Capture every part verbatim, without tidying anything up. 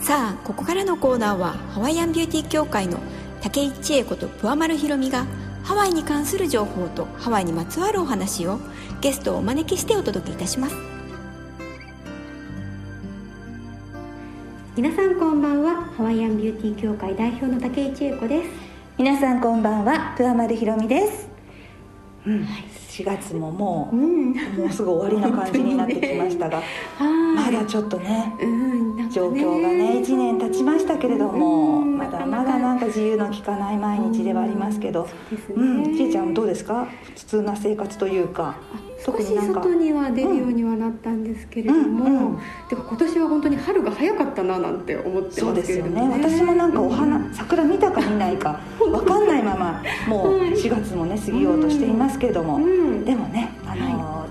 さあここからのコーナーはハワイアンビューティー協会の竹井千恵子と桑丸ひろみがハワイに関する情報とハワイにまつわるお話をゲストをお招きしてお届けいたします。 皆さんこんばんは。ハワイアンビューティー協会代表の竹井千恵子です。 皆さんこんばんは。桑丸ひろみです、うんはい、しがつももう、うん、もうすぐ終わりな感じになってきましたが、ね、まだちょっと ね,、うん、なんかね状況がねいちねん経ちましたけれども、うん、まだまだなんか自由の利かない毎日ではありますけど、うんうん、ちえちゃんどうですか？普通な生活というか。 少し外には出るようにはなったんですけれども、うんうん、でも今年は本当に春が早かったななんて思ってますけれども ね, そうですよね。私もなんかお花、うん、桜見たか見ないか分かんないままもうしがつもね過ぎようとしていますけれども、うん、でもね、あのーはい、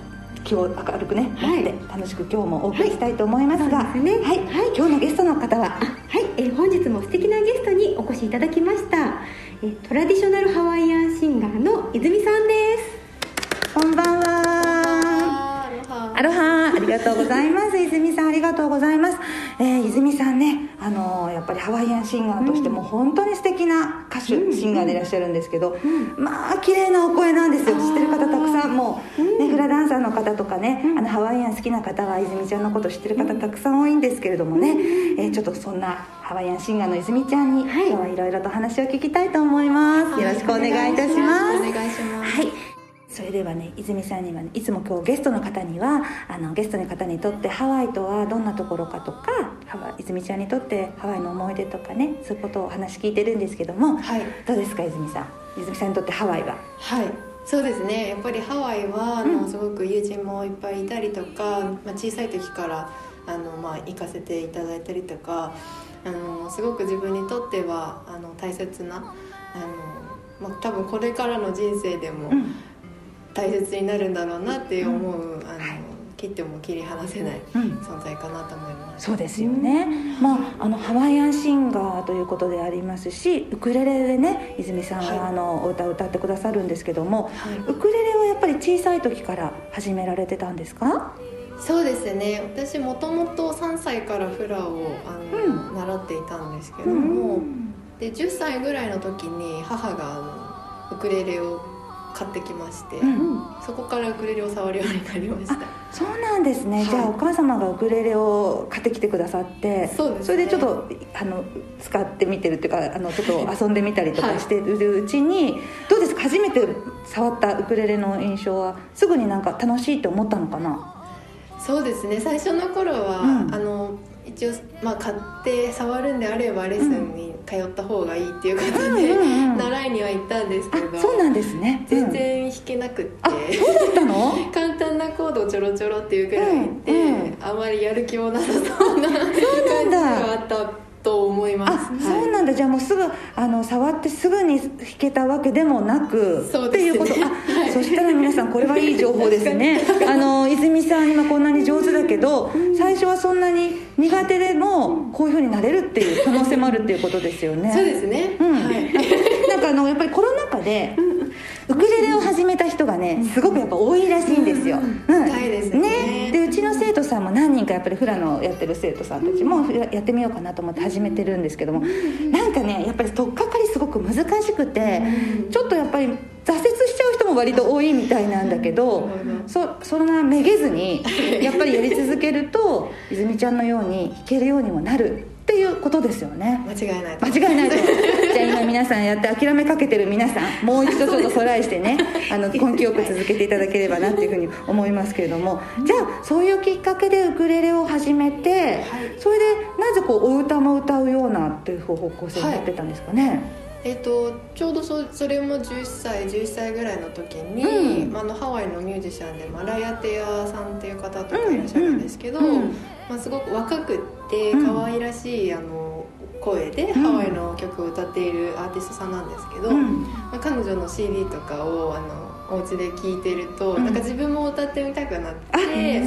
今日明るくねなって楽しく今日もお送りしたいと思いますが、はい、ねはいはい、今日のゲストの方ははい、えー、本日も素敵なゲストにお越しいただきました、えー、トラディショナルハワイアンシンガーの泉さんです。 こんばんは。アロハ、ありがとうございます。泉さんありがとうございます、えー、泉さんね、あのー、やっぱりハワイアンシンガーとしても本当に素敵な歌手、うん、シンガーでいらっしゃるんですけど、うん、まあ綺麗なお声なんですよ。知ってる方たくさんもう、ね、フラダンサーの方とかね、うん、あのハワイアン好きな方は泉ちゃんのこと知ってる方たくさん多いんですけれどもね、うんえー、ちょっとそんなハワイアンシンガーの泉ちゃんに、はい、今日はいろいろと話を聞きたいと思います、はい、よろしくお願いいたします。 お願いします。 はい、それではね、泉さんには、ね、いつも今日ゲストの方にはあのゲストの方にとってハワイとはどんなところかとか、ハワイ泉ちゃんにとってハワイの思い出とかね、そういうことをお話聞いてるんですけども、はい、どうですか泉さん、泉さんにとってハワイは。 はい、そうですね、やっぱりハワイはあの、うん、すごく友人もいっぱいいたりとか、まあ、小さい時からあの、まあ、行かせていただいたりとか、あのすごく自分にとってはあの大切なあの、まあ、多分これからの人生でも、うん大切になるんだろうなって思う、うん、あの、はい、切っても切り離せない存在かなと思います、 うん、そうですよね、まあ、あのハワイアンシンガーということでありますし、ウクレレでね泉さんは、はい、あのお歌を歌ってくださるんですけども、はい、ウクレレはやっぱり小さい時から始められてたんですか？ そうですね、私もともとさんさいからフラをあの、うん、習っていたんですけども、うん、でじゅっさいぐらいの時に母があのウクレレを買ってきまして、うん、そこからウクレレを触るようになりました。 そうなんですね、はい、じゃあお母様がウクレレを買ってきてくださって、 そうですね、 それでちょっとあの使ってみてるっていうか、あのちょっと遊んでみたりとかしてるうちに、はい、どうですか、初めて触ったウクレレの印象はすぐになんか楽しいって思ったのかな？ そうですね、最初の頃は、うん、あの一応、まあ、買って触るんであればレッスンに通った方がいいっていうことで、うんうんうん、習いには行ったんですけど、 そうなんですね、 全然弾けなくって、 あ、そうだったの？ 簡単なコードをちょろちょろっていうぐらいで、うんうん、あまりやる気もなさそうな感じがあったと思います。あ、 はい、そうなんだ。じゃあもうすぐあの触ってすぐに弾けたわけでもなく、 そうですね、 っていうこと。あ、はい、そしたら皆さんこれはいい情報ですね。あの泉さん今こんなに上手だけど、最初はそんなに苦手でもこういう風になれるっていう可能性もあるっていうことですよね。 そうですね、 うん、はい、なんかあのやっぱりコロナ禍でウクレレを始めた人がねすごくやっぱ多いらしいんですよ。 深いですね。 ね、でうちの生徒さんも何人かやっぱりフラのやってる生徒さんたちもやってみようかなと思って始めてるんですけども、なんかねやっぱり取っかかりすごく難しくて、ちょっとやっぱり挫折しちゃう人も割と多いみたいなんだけど、そ, そんなめげずにやっぱりやり続けると泉ちゃんのように弾けるようにもなるっていうことですよね。 間違いない間違いないとじゃあ今皆さんやって諦めかけてる皆さん、もう一度ちょっとトライしてねあの根気よく続けていただければなっていうふうに思いますけれども、じゃあそういうきっかけでウクレレを始めて、はい、それでなぜこうお歌も歌うようなっていう方向性になってたんですかね。はい、 えー、とちょうど そ, それもじゅっさいじゅっさいぐらいの時に、うん、まあ、あのハワイのミュージシャンでマラヤテアさんっていう方とかいらっしゃるんですけど、うんうん、まあ、すごく若くって可愛らしい、あの声でハワイの曲を歌っているアーティストさんなんですけど、うん、まあ、彼女の シーディー とかをあのお家で聴いてると、うん、なんか自分も歌ってみたくなって、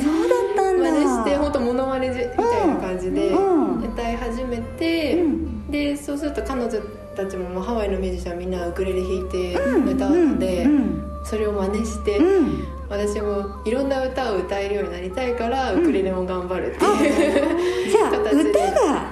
そうだったんだ、 真似して本当モノマネみたいな感じで歌い始めて、うん、でそうすると彼女たちもハワイのミュージシャンみんなウクレレ弾いて歌うので、うんうん、それを真似して、うん、私もいろんな歌を歌えるようになりたいからウクレレも頑張るっていう、 うん、じゃあ歌がどっちかと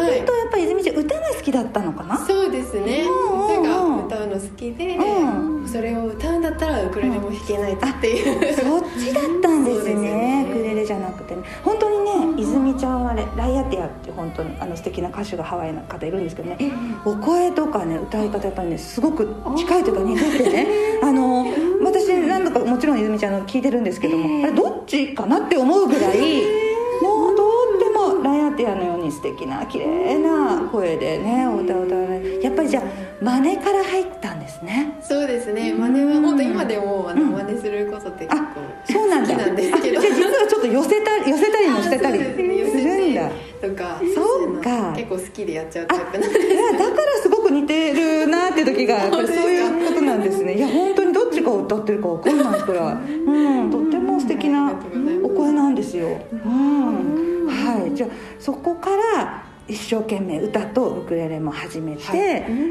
というとやっぱり泉ちゃん歌が好きだったのかな。 そうですね、歌が歌うの好きで、うん、それを歌うんだったらウクレレも弾けないっていう、うん、 そっちだったんですね。ねウクレレじゃなくてね、本当にね泉ちゃんはねライアティアって本当にあの素敵な歌手がハワイの方いるんですけどね、お声とかね歌い方やっぱりねすごく近いというか似ててねあの私何度かもちろん泉ちゃんの聞いてるんですけども、あれどっちかなって思うぐらいもうとってもライアティアのように素敵な綺麗な声でねお歌を歌われる。やっぱりじゃあ真似から入ったんですね。 そうですね、真似は本当今でもあの真似することって結構そうなんだ。 好きなんですけど、 じゃあ実はちょっと寄せた寄せたりもしてたりするんだとか、 そうか、 結構好きでやっちゃうタイプなんです。 いやだからすごく似てるなって時がやっぱりそういうことなんですね。いや本当にどっちが歌ってるか分かんないくらい、うん、とっても素敵なお声なんですよ、うんはい、じゃあそこから一生懸命歌とウクレレも始めて、はい、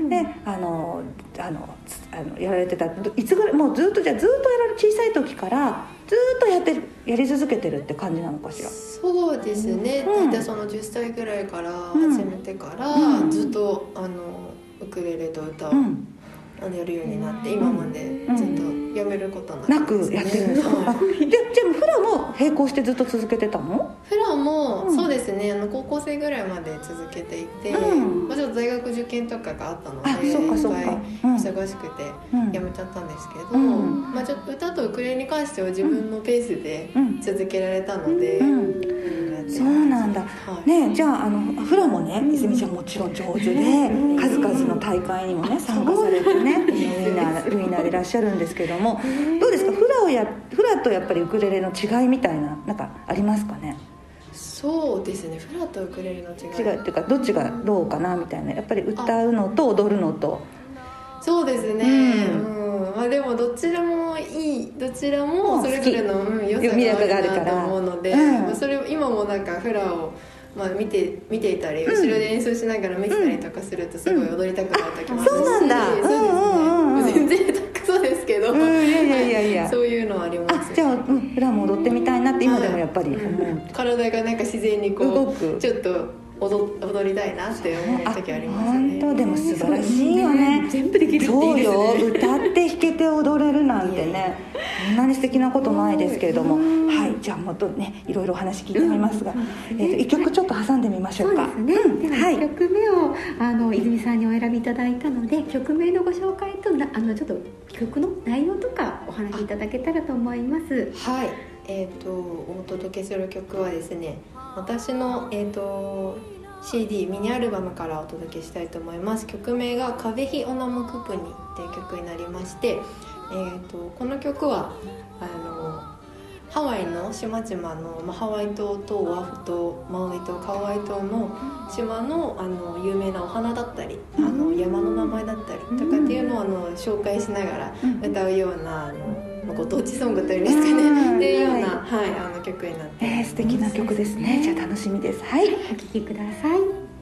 であのあのあのやられてたいつぐらい、もうずっとじゃあずっとやられ小さい時からずっとやってるやり続けてるって感じなのかしら。 そうですね、うん、大体そのじゅっさいぐらいから始めてから、うん、ずっとあのウクレレと歌を、うんあのやるようになって今までずっとやめることなく、ね、 なくやってるんですか、はい、でじゃあフラも並行してずっと続けてたの？ フラも、うん、そうですね、あの高校生ぐらいまで続けていて、うんまあ、ちょっと大学受験とかがあったのであそうかそうか、 いっぱい忙しくてやめちゃったんですけど、うんまあ、ちょっと歌とウクレレに関しては自分のペースで続けられたので、うんうんそうなんだ、はいね、じゃあ、あのフラもね泉ちゃんもちろん上手で数々の大会にもね参加されてねウィーナー、ウィーナーでいらっしゃるんですけども、どうですかフラをやフラとやっぱりウクレレの違いみたいななんかありますかね？ そうですね、フラとウクレレの違い違いっていうかどっちがどうかなみたいな、やっぱり歌うのと踊るのと。 そうですね、うんうんまあ、でもどちらもいい、どちらもそれぞれの、うん、良さがあるなと思うので、うんまあ、それ今もなんかフラを、まあ、見て、見ていたり、後ろで演奏しながら見てたりとかするとすごい踊りたくなる時もあるし、 そうなんだ、そうですね、うんうん、 全然下手くそですけど、うん、いやいやいやいやそういうのはあります。 あじゃあ、うん、フラも踊ってみたいなって今でもやっぱり思う、はいうん、 体がなんか自然にこう動くちょっと踊, 踊りたいなって思う時ありますね。 本当でも素晴らしいよね。 全部できるっていいですね。 そうよ、歌って弾けて踊れるなんてねこんなに素敵なことないですけれども、はいじゃあもっとねいろいろお話聞いてみますが、うんえー、といっきょくちょっと挟んでみましょうか。 そうですね、うん、ではい、いっきょくめをあの泉さんにお選びいただいたので曲名のご紹介となあのちょっと曲の内容とかお話しいただけたらと思います。 はい、えー、とお届けする曲はですね、私の、えー、と シーディー ミニアルバムからお届けしたいと思います。曲名がカベヒオナムクプニっていう曲になりまして、えー、とこの曲はあのハワイの島々の、まあ、ハワイ島とオアフ島、マウイ島、カウアイ島の島 の, あの有名なお花だったり、あの山の名前だったりとかっていうのをあの紹介しながら歌うようなあのご当地ソングというんですかねっていうような、はいはい、あの曲になっています。 えー、素敵な曲ですね。じゃあ楽しみです。はい、 お聴きください。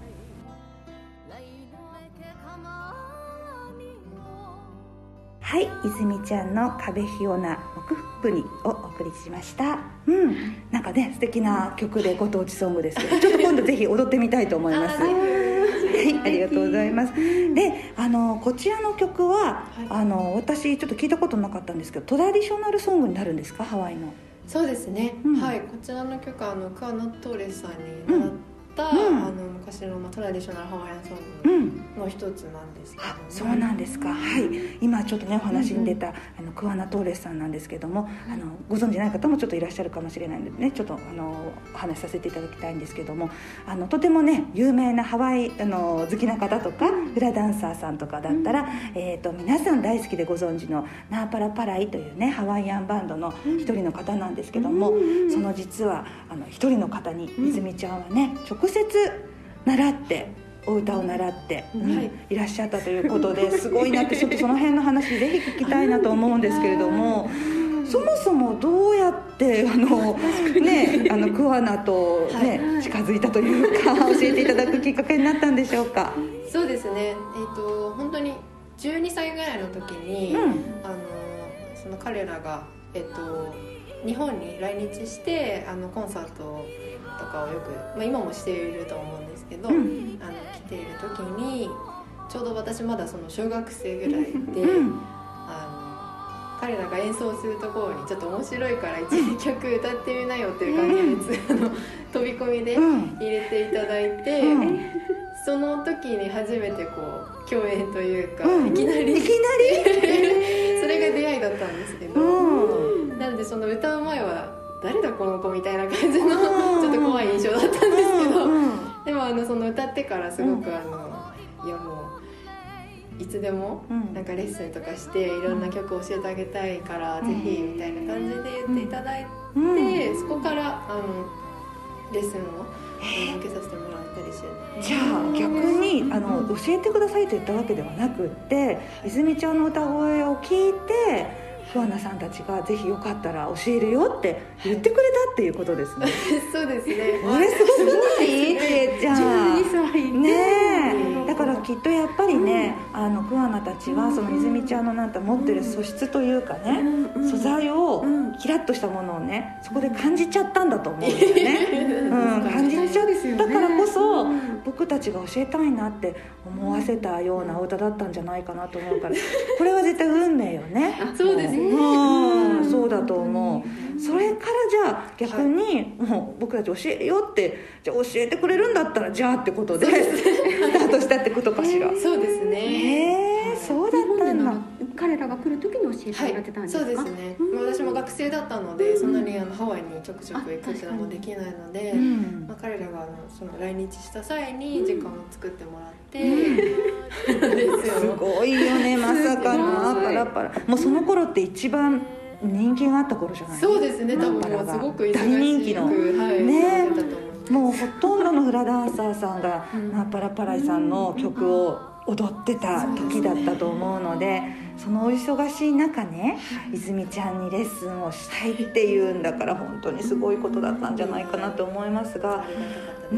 はい、泉ちゃんのカベヒオナ木福にをお送りしました。うん、なんかね素敵な曲でご当地ソングですけど、ちょっと今度ぜひ踊ってみたいと思います。はい、ありがとうございます。で、あのこちらの曲は、はい、あの私ちょっと聞いたことなかったんですけど、トラディショナルソングになるんですか、ハワイの？ そうですね。うん、はい、こちらの曲はあのクアナトーレスさんに習った、うん、あの昔の、まあ、トラディショナルハワイアンソングの一つなんですけど、ね、 うん、そうなんですか。はい、今ちょっとねお話に出た、うん、あのクアナトーレスさんなんですけども、あのご存じない方もちょっといらっしゃるかもしれないのでね、ちょっとあのお話しさせていただきたいんですけども、あのとてもね有名なハワイあの好きな方とか、うん、フラダンサーさんとかだったら、うん、えーと、皆さん大好きでご存知のナーパラパライというねハワイアンバンドの一人の方なんですけども、うん、その実はあの一人の方に泉ちゃんはね直接習ってお歌を習って、うんはい、いらっしゃったということですごいなってちょっとその辺の話ぜひ聞きたいなと思うんですけれども、そもそもどうやってあの、ね、あのクアナと、ねはい、近づいたというか教えていただくきっかけになったんでしょうか？ そうですね、えーと、本当にじゅうにさいぐらいの時に、うん、あのその彼らが、えーと、日本に来日してあのコンサートをとかをよく、まあ、今もしていると思うんですけど、 うん、 あの来ている時にちょうど私まだその小学生ぐらいで、 うん、 あの彼らが演奏するところにちょっと面白いからいち曲歌ってみなよっていう感じで、うん、あの飛び込みで入れていただいて、うん、その時に初めてこう共演というか、うん、いきなりいきなりそれが出会いだったんですけど、うん、なのでその歌う前は誰だこの子みたいな感じのちょっと怖い印象だったんですけど、うん、でもあのその歌ってからすごくあの、うん、いやもういつでもなんかレッスンとかしていろんな曲を教えてあげたいからぜひみたいな感じで言っていただいて、うん、そこからあのレッスンを受けさせてもらったりして、 じゃあ逆にあの教えてくださいと言ったわけではなくって、泉ちゃんの歌声を聞いて桑名さんたちがぜひよかったら教えるよって言ってくれたっていうことですね。 そうですね。 これすごいちえちゃんじゅうにさいねえ、だからきっとやっぱりね、うん、あの桑名たちはその泉ちゃんのなんて持ってる素質というかね、うん、素材をキラッとしたものをねそこで感じちゃったんだと思うんだよね、うん、感じちゃったからこそ、うん、僕たちが教えたいなって思わせたようなお歌だったんじゃないかなと思うからこれは絶対運命よね。 そうですね、 うん、そうだと思う。それからじゃあ逆に、はい、もう僕たち教えるよってじゃあ教えてくれるんだったらじゃあってことでスタートしたってことかしら。 そうですね。 へえ、そうだったんだ。 彼らが来る時に教えてもらってたんですか？ はい、そうですね、うん、私も学生だったのでそんなにあのハワイにちょくちょく行くこともできないので、うんまあ、彼らがあのその来日した際に時間を作ってもらって、うん、ですすごいよね、まさかのパラパラ。もうその頃って一番人気があった頃じゃない？ そうですね、多分もうすごく忙しく大人気の、 はい、 ね、もうほとんどのフラダンサーさんが、うん、ナーパラパライさんの曲を踊ってた時だったと思うので、そのお忙しい中ね、泉ちゃんにレッスンをしたいっていうんだから本当にすごいことだったんじゃないかなと思いますが、うん、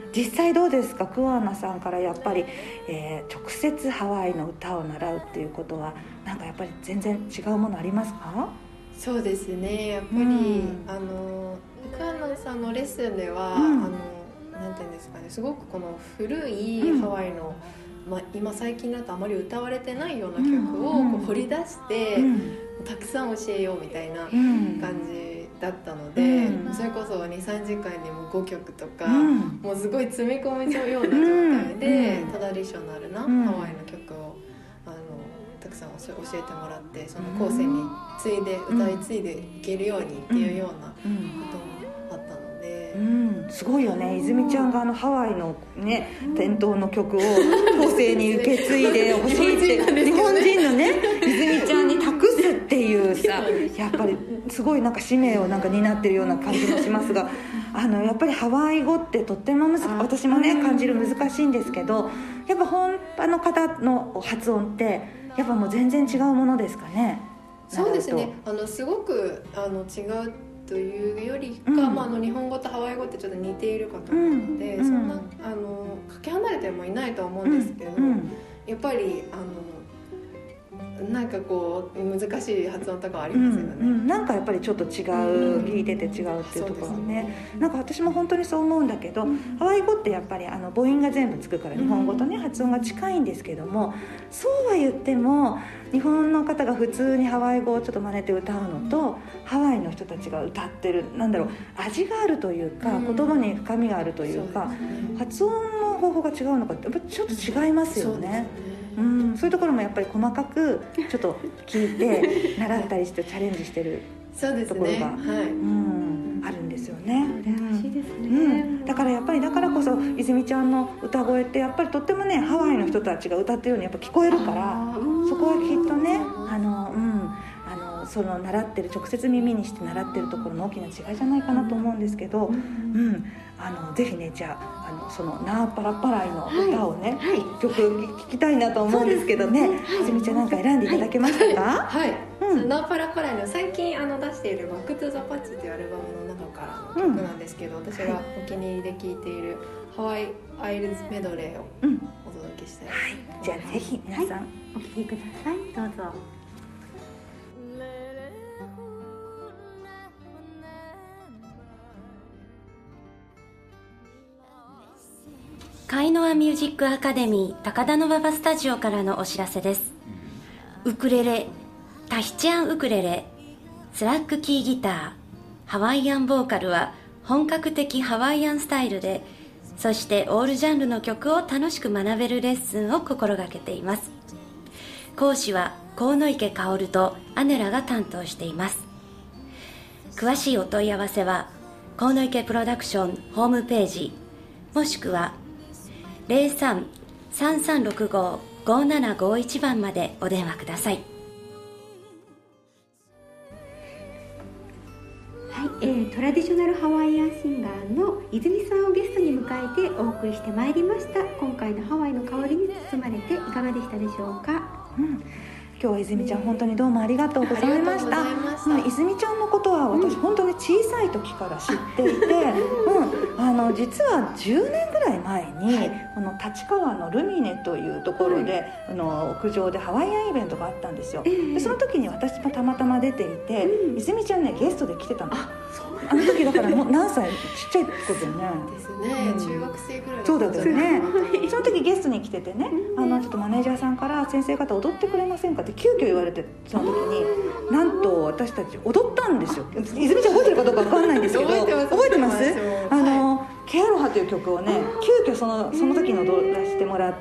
実際どうですか？桑名さんからやっぱり、えー、直接ハワイの歌を習うっていうことはなんかやっぱり全然違うものありますか？ そうですね、やっぱり、うん、あの桑名さんのレッスンでは、うん、あのなんていうんですかね、すごくこの古いハワイの、うんまあ、今最近だとあまり歌われてないような曲をこう掘り出して、うん、たくさん教えようみたいな感じだったので、うん、それこそ にさんじかんにもごきょくとか、うん、もうすごい詰め込めちゃうような状態で、うん、トラディショナルなハワイの曲をあのたくさん教えてもらって、その後世に継いで歌い継いでいけるようにっていうようなこともあったので、 うん、すごいよね。泉ちゃんがあのハワイのね伝統の曲を後世に受け継いで教えて日本人のね泉ちゃんに託すっていうさ、やっぱりすごいなんか使命をなんか担ってるような感じもしますが、あのやっぱりハワイ語ってとっても難しい、私もね感じる難しいんですけど、やっぱ本場の方の発音ってやっぱもう全然違うものですかね？ そうですね、あのすごくあの違うというよりか、うんまあ、あの日本語とハワイ語ってちょっと似ているかと思うので、うん、そんなあのかけ離れてもいないとは思うんですけど、うん、やっぱりあのなんかこう難しい発音とかありますよね、うんうん、 なんかやっぱりちょっと違う、うん、聞いてて違うっていうところは ね, ねなんか私も本当にそう思うんだけど、うん、ハワイ語ってやっぱりあの母音が全部つくから日本語とね発音が近いんですけども、そうは言っても日本の方が普通にハワイ語をちょっと真似て歌うのとハワイの人たちが歌ってるなんだろう味があるというか、うん、言葉に深みがあるというか、うん、発音の方法が違うのかってやっぱちょっと違いますよね。うん、そういうところもやっぱり細かくちょっと聞いて習ったりしてチャレンジしてるところが、 はいうん、 あるんですよね。 嬉しいですね、 うん、だからやっぱりだからこそ泉ちゃんの歌声ってやっぱりとってもねハワイの人たちが歌ってるようにやっぱ聞こえるから、そこはきっとねあの、うん、あのその習ってる直接耳にして習ってるところの大きな違いじゃないかなと思うんですけど、うん、あのぜひねじゃあ、あのそのナーパラパライの歌をね、はいはい、曲聴きたいなと思うんですけどね、泉ちゃんなんか選んでいただけましたか？ はい、はいうん、ナーパラパライの最近あの出しているバックトゥザパッチというアルバムの中からの曲なんですけど、うん、私がお気に入りで聴いているハワイアイルズメドレーをお届けしたいです、 うんはい、じゃあぜひ皆さん、はい、 お聴きください。どうぞ。 カイノアミュージックアカデミー高田馬場スタジオからのお知らせです。ウクレレ、タヒチアンウクレレ、スラックキーギター、ハワイアンボーカルは本格的ハワイアンスタイルで、そしてオールジャンルの曲を楽しく学べるレッスンを心がけています。講師は河野池薫とアネラが担当しています。詳しいお問い合わせは河野池プロダクションホームページ、もしくは ゼロさん さんさんろくご ごななごいち 番までお電話ください。 はい、えー、トラディショナルハワイアンシンガーの泉さんをゲストに迎えてお送りしてまいりました。今回のハワイの香りに包まれていかがでしたでしょうか。 うん、今日は泉ちゃん本当にどうもありがとうございました。うん、泉ちゃんのことは私、うん、本当に小さい時から知っていて、うん、あの実はじゅうねんぐらい前に、はい、この立川のルミネというところで、はい、あの屋上でハワイアンイベントがあったんですよ。えー、でその時に私もたまたま出ていて、うん、泉ちゃんねゲストで来てたの。あ、あの時だからもう何歳ちっちゃい子でね。 ですね、うん、中学生ぐらい。 そうだったよね。その時ゲストに来ててね、あのちょっとマネージャーさんから先生方踊ってくれませんかって急遽言われて、その時になんと私たち踊ったんですよ。泉ちゃん覚えてるかどうか分かんないんですけど、覚えてます。覚えてます。あの、はい、ケアロハという曲をね急遽そのその時の踊らせてもらって、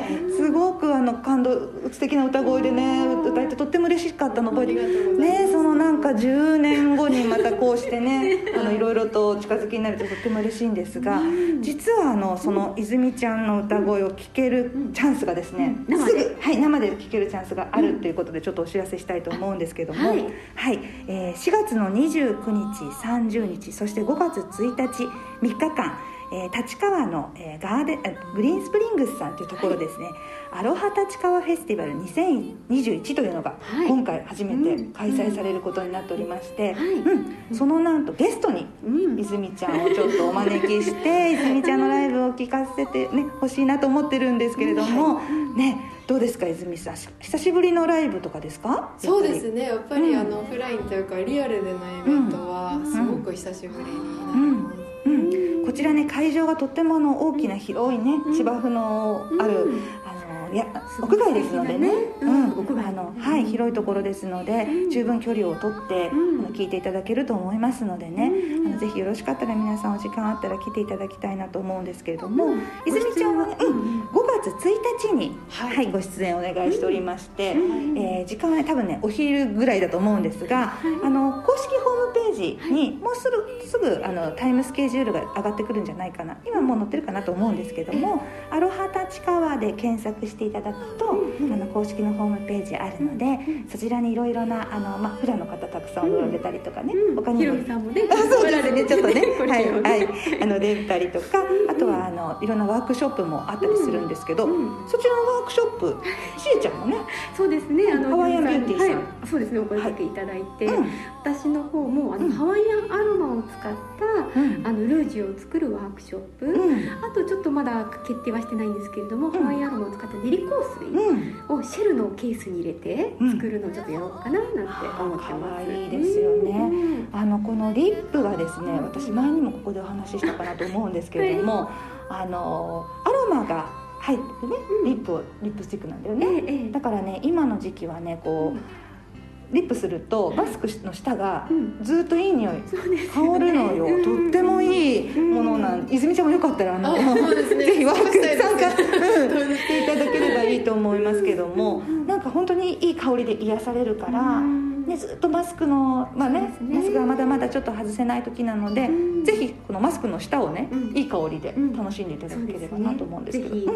すごくあの感動素敵な歌声でね歌えてとっても嬉しかったの覚えてね。そのなんかじゅうねんごにまたこうしてねあのいろいろと近づきになるととっても嬉しいんですが、実はあのその泉ちゃんの歌声を聴けるチャンスがですね、すぐ、はい、生で聴けるチャンスがあるということでちょっとお知らせしたいと思うんですけども、はい、はい、えー、しがつのにじゅうくにち、さんじゅうにち、そしてごがつついたちみっかかん、えー、立川の、えー、ガーデングリーンスプリングスさんというところですね、はい、アロハ立川フェスティバルにせんにじゅういちというのが今回初めて開催されることになっておりまして、はい、うん、そのなんとゲストに泉ちゃんをちょっとお招きして泉ちゃんのライブを聴かせてね欲しいなと思ってるんですけれども、はい、ね、どうですか泉さん、久しぶりのライブとかですか？ そうですね、やっぱり、うん、あのオフラインというかリアルでのイベントはすごく久しぶりになります。うんうんうん、こちらね会場がとってもあの大きな広いね、うん、芝生のある、うん、あのいや屋外ですのでね、うん、あのはい、広いところですので、うん、十分距離をとって、うん、あの聞いていただけると思いますのでね、うん、あのぜひよろしかったら皆さんお時間あったら来ていただきたいなと思うんですけれども、うん、泉ちゃんはね、うん、ごがつついたちに、はいはい、ご出演お願いしておりまして、うん、えー、時間は、ね、多分ねお昼ぐらいだと思うんですが、あの公式ホームページにもうすぐすぐあのタイムスケジュールが上がってくるんじゃないかな、今もう載ってるかなと思うんですけども、アロハ立川で検索していただくと、うん、あの公式のホームページあるので、うん、そちらにいろいろなあの、まあ、フラの方たくさん踊られたりとかね、うん、他にもヒロミさんもねそうですねちょっとねはいはい、あの出たりとか、あとはあのいろんなワークショップもあったりするんですけど、うん、そちらのワークショップしえちゃんもね、 そうですね、あのハワイアンビューティーさん、 はい、そうですね、お声掛けいただいて、はい、うん、私の方もあの、うん、ハワイアンアロマを使った、うん、あのルージュを作るワークショップ、うん、あとちょっとまだ決定はしてないんですけれども、うん、ハワイアンアロマを使った練り香水をシェルのケースに入れて作るのをちょっとやろうかななんて思ってます。かわいいですよね、 うん、あのこのリップがですね、私前にもここでお話ししたかなと思うんですけれども、はい、あのアロマが入ってね、リップリップスティックなんだよね、ええ、だからね今の時期はねこう、うん、リップするとマスクの下がずっといい匂い、うん、香るのよ、うん、とってもいいものなん、うん、泉ちゃんもよかったらあの、ね、ぜひワーク参加していただければいいと思いますけども、うん、なんか本当にいい香りで癒されるから、うんね、ずっとマスクの、まあね、マスクがまだまだちょっと外せない時なので、うん、ぜひこのマスクの下をね、うん、いい香りで楽しんでいただければなと思うんですけど、うん、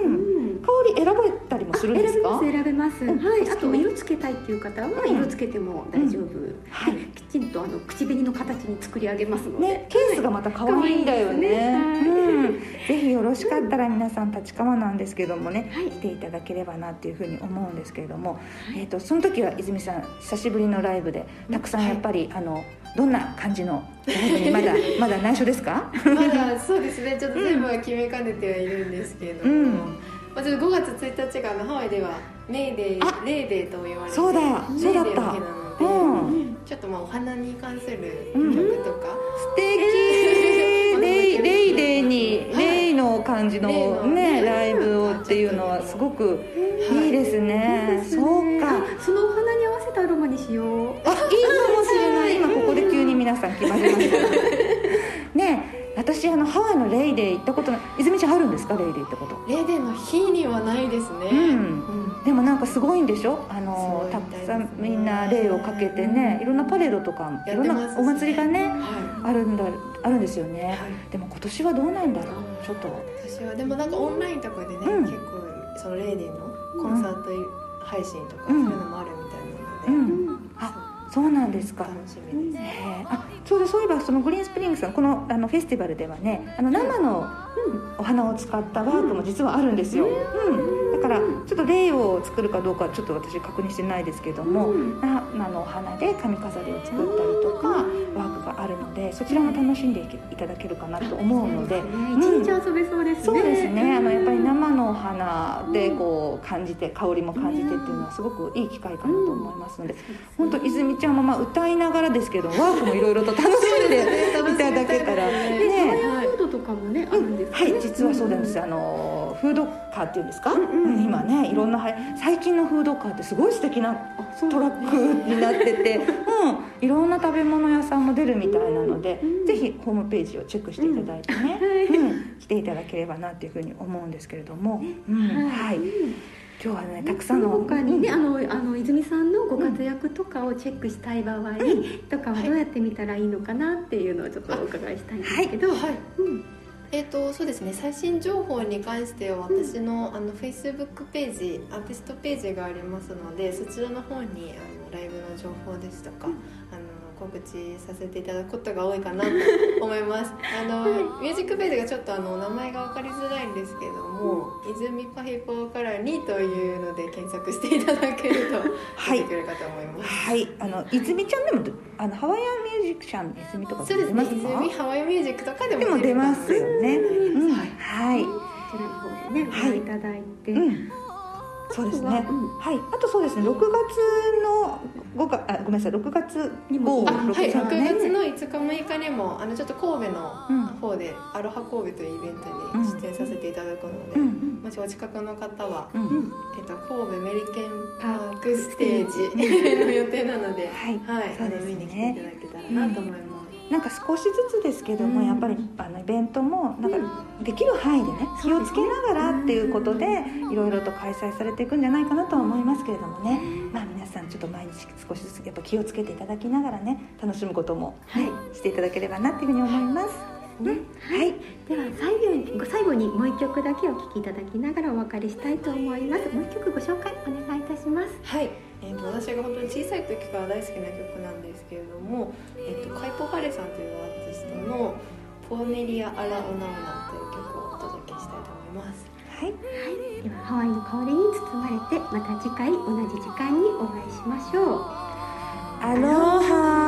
香り選ばれたりもするんですか？ 選べます選べます、はい、あと色つけたいっていう方は色つけても大丈夫、うん、はい、きちんとあの口紅の形に作り上げますので、ね、 ケースがまた可愛いんだよね、はいうん、ぜひよろしかったら皆さん立川なんですけどもね、はい、来ていただければなっていうふうに思うんですけれども、はい、えーと、その時は泉さん久しぶりのライブでたくさんやっぱり、はい、あのどんな感じのライブにまだまだ内緒ですか？ まだそうですね、ちょっと全部は決めかねてはいるんですけれども、うんまあ、ちょっとごがつついたちがハワイではメーデーレーデーと言われて、 そうだそうだった、 メーデーの日なので、うん、ちょっとまあお花に関する曲とか、うん、 素敵レイ、レイデーに、はい、レイの香感じのねライブをっていうのはすごくいいですね、はい、そうか。 そのお花に合わせたアロマにしよう。 あ、いいかもしれない。今ここで急に皆さん決まりましたねえ、私あのハワイのレイデー行ったことない。泉ちゃんあるんですか、レイデー行ったこと。 レイデーの日にはないですね、 うんうん、でもなんかすごいんでしょ、あのたくさんみんなレイをかけてね、いろんなパレードとかいろんなお祭りがね、はい、あるんだあるんですよね、はい、でも今年はどうなんだろう。ちょっと私はでもなんかオンラインとかでね、うん、結構そのレイデーのコンサート配信とかそういうのもあるみたいなので、うんうん、 あ、そうなんですか。 楽しみです、 えー、あ、そうで、そういえばそのグリーンスプリングさん、このあのフェスティバルではね、あの生のお花を使ったワークも実はあるんですよ、うんうん、だからちょっとレイを作るかどうかちょっと私確認してないですけども、うん、生のお花で髪飾りを作ったりとかワークがあるので、そちらも楽しんでいただけるかなと思うので、 一日遊べそうですね。 そうですね、あのやっぱり生のお花でこう感じて、香りも感じてっていうのはすごくいい機会かなと思いますので、本当泉ちゃんもまあ歌いながらですけどワークもいろいろと楽しんでいただけたらね。フードとかもね、あるんですかね。 はい、実はそうなんです。あのフードカーっていうんですか、うんうん、今ねいろんな最近のフードカーってすごい素敵なトラックになってて、うん、いろんな食べ物屋さんも出るみたいなので、うん、ぜひホームページをチェックしていただいてね、うんうん、来ていただければなっていうふうに思うんですけれども、うん、はい、今日はねたくさんの他にね、あのあの泉さんのご活躍とかをチェックしたい場合、うん、とかはどうやって見たらいいのかなっていうのをちょっとお伺いしたいんですけど、はいはい、うん、 えーとそうですね、最新情報に関しては私の、うん、あの Facebook ページ、アーティストページがありますので、そちらの方にあのライブの情報ですとか、うん、あの告知させていただくことが多いかなと思いますあの、はい、ミュージックページがちょっとあの名前が分かりづらいんですけども、うん、泉パフィポーカラにというので検索していただけると出てくるかと思います。 はい、はい、あの泉ちゃんでもあのハワイアンミュージックシャン泉とか出ますか？ そうですね、泉ハワイアンミュージックとかでも出, も出ますよね、うん、はい、 はい、こちらの方でね、はい、いただいて、うん、 そうですね、うん、はい、あとそうですね、ろくがつのごがあごめんなさいろくがつにも、 あ、はい、ろくがつのいつかむいかにもあのちょっと神戸の方で、うん、アロハ神戸というイベントに出演させていただくので、うん、もしお近くの方は、うん、えっと、神戸メリケンパークステージの予定なので、はい、はい、そうですね、見に来ていただけたらなと思います、 うん、なんか少しずつですけども、うん、やっぱりあのイベントもなんかできる範囲でね、気をつけながらっていうことでいろいろと開催されていくんじゃないかなとは思いますけれどもね、まあ皆さんちょっと毎日少しずつやっぱ気をつけていただきながらね、楽しむことも、はい、していただければなっていうふうに思います、 ね、はい、では最後に最後にもう一曲だけお聴きいただきながらお別れしたいと思います。もう一曲ご紹介お願いいたします。 はい、えー、と私が本当に小さい時から大好きな曲なんですけれども、えー、とカイポ・ハレさんというアーティストのポーネリア・アラ・オナウナという曲をお届けしたいと思います。 はい、はい、ではハワイの香りに包まれて、また次回同じ時間にお会いしましょう。 アロハ。